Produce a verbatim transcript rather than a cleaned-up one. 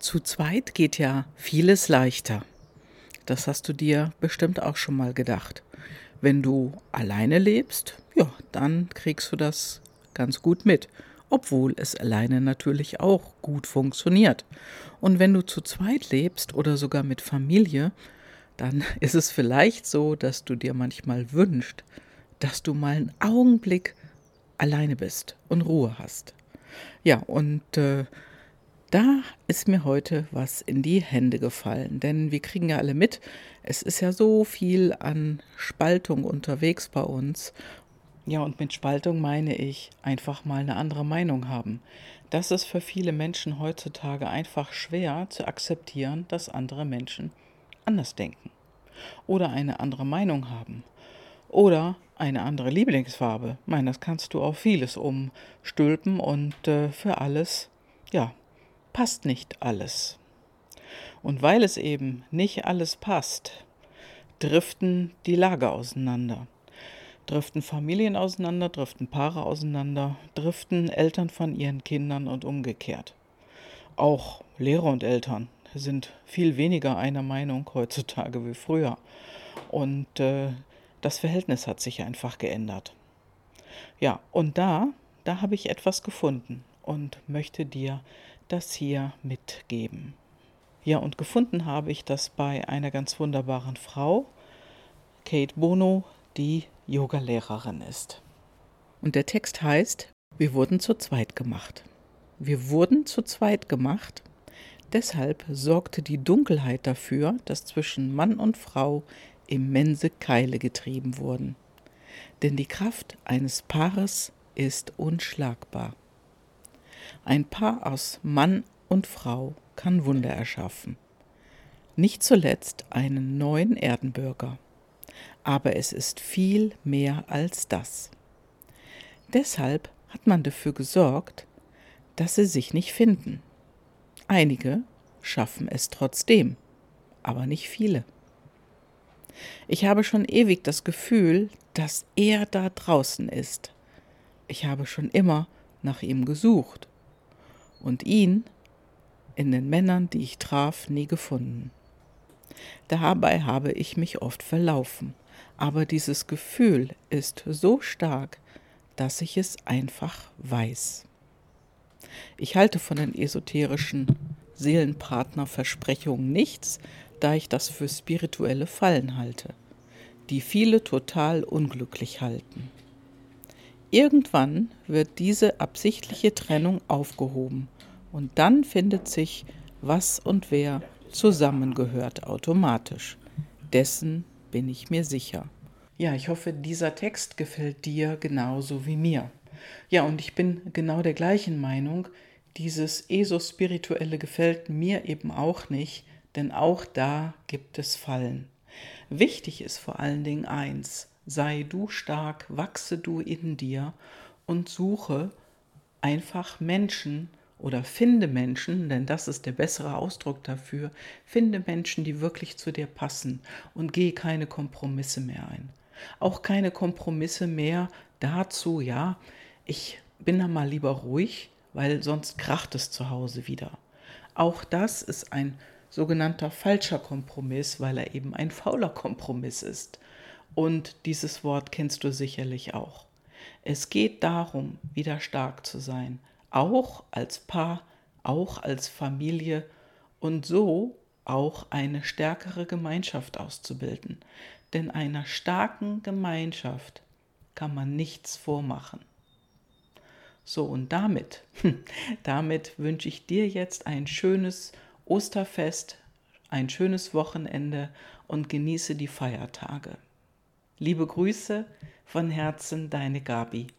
Zu zweit geht ja vieles leichter. Das hast du dir bestimmt auch schon mal gedacht. Wenn du alleine lebst, ja, dann kriegst du das ganz gut mit, obwohl es alleine natürlich auch gut funktioniert. Und wenn du zu zweit lebst oder sogar mit Familie, dann ist es vielleicht so, dass du dir manchmal wünschst, dass du mal einen Augenblick alleine bist und Ruhe hast. Ja, und äh, da ist mir heute was in die Hände gefallen, denn wir kriegen ja alle mit, es ist ja so viel an Spaltung unterwegs bei uns. Ja, und mit Spaltung meine ich einfach mal eine andere Meinung haben. Das ist für viele Menschen heutzutage einfach schwer zu akzeptieren, dass andere Menschen anders denken oder eine andere Meinung haben oder eine andere Lieblingsfarbe. Ich meine, das kannst du auf vieles umstülpen und äh, für alles, ja, passt nicht alles. Und weil es eben nicht alles passt, driften die Lager auseinander. Driften Familien auseinander, driften Paare auseinander, driften Eltern von ihren Kindern und umgekehrt. Auch Lehrer und Eltern sind viel weniger einer Meinung heutzutage wie früher. Und äh, das Verhältnis hat sich einfach geändert. Ja, und da, da habe ich etwas gefunden und möchte dir das hier mitgeben. Ja, und gefunden habe ich das bei einer ganz wunderbaren Frau, Kate Bono, die Yogalehrerin ist. Und der Text heißt: Wir wurden zu zweit gemacht. Wir wurden zu zweit gemacht. Deshalb sorgte die Dunkelheit dafür, dass zwischen Mann und Frau immense Keile getrieben wurden. Denn die Kraft eines Paares ist unschlagbar. Ein Paar aus Mann und Frau kann Wunder erschaffen. Nicht zuletzt einen neuen Erdenbürger. Aber es ist viel mehr als das. Deshalb hat man dafür gesorgt, dass sie sich nicht finden. Einige schaffen es trotzdem, aber nicht viele. Ich habe schon ewig das Gefühl, dass er da draußen ist. Ich habe schon immer nach ihm gesucht und ihn in den Männern, die ich traf, nie gefunden. Dabei habe ich mich oft verlaufen, aber dieses Gefühl ist so stark, dass ich es einfach weiß. Ich halte von den esoterischen Seelenpartnerversprechungen nichts, da ich das für spirituelle Fallen halte, die viele total unglücklich halten. Irgendwann wird diese absichtliche Trennung aufgehoben und dann findet sich, was und wer zusammengehört automatisch. Dessen bin ich mir sicher. Ja, ich hoffe, dieser Text gefällt dir genauso wie mir. Ja, und ich bin genau der gleichen Meinung, dieses Esospirituelle gefällt mir eben auch nicht, denn auch da gibt es Fallen. Wichtig ist vor allen Dingen eins: Sei du stark, wachse du in dir und suche einfach Menschen oder finde Menschen, denn das ist der bessere Ausdruck dafür, finde Menschen, die wirklich zu dir passen und gehe keine Kompromisse mehr ein. Auch keine Kompromisse mehr dazu, ja, ich bin da mal lieber ruhig, weil sonst kracht es zu Hause wieder. Auch das ist ein sogenannter falscher Kompromiss, weil er eben ein fauler Kompromiss ist. Und dieses Wort kennst du sicherlich auch. Es geht darum, wieder stark zu sein, auch als Paar, auch als Familie und so auch eine stärkere Gemeinschaft auszubilden. Denn einer starken Gemeinschaft kann man nichts vormachen. So, und damit, damit wünsche ich dir jetzt ein schönes Osterfest, ein schönes Wochenende und genieße die Feiertage. Liebe Grüße von Herzen, deine Gabi.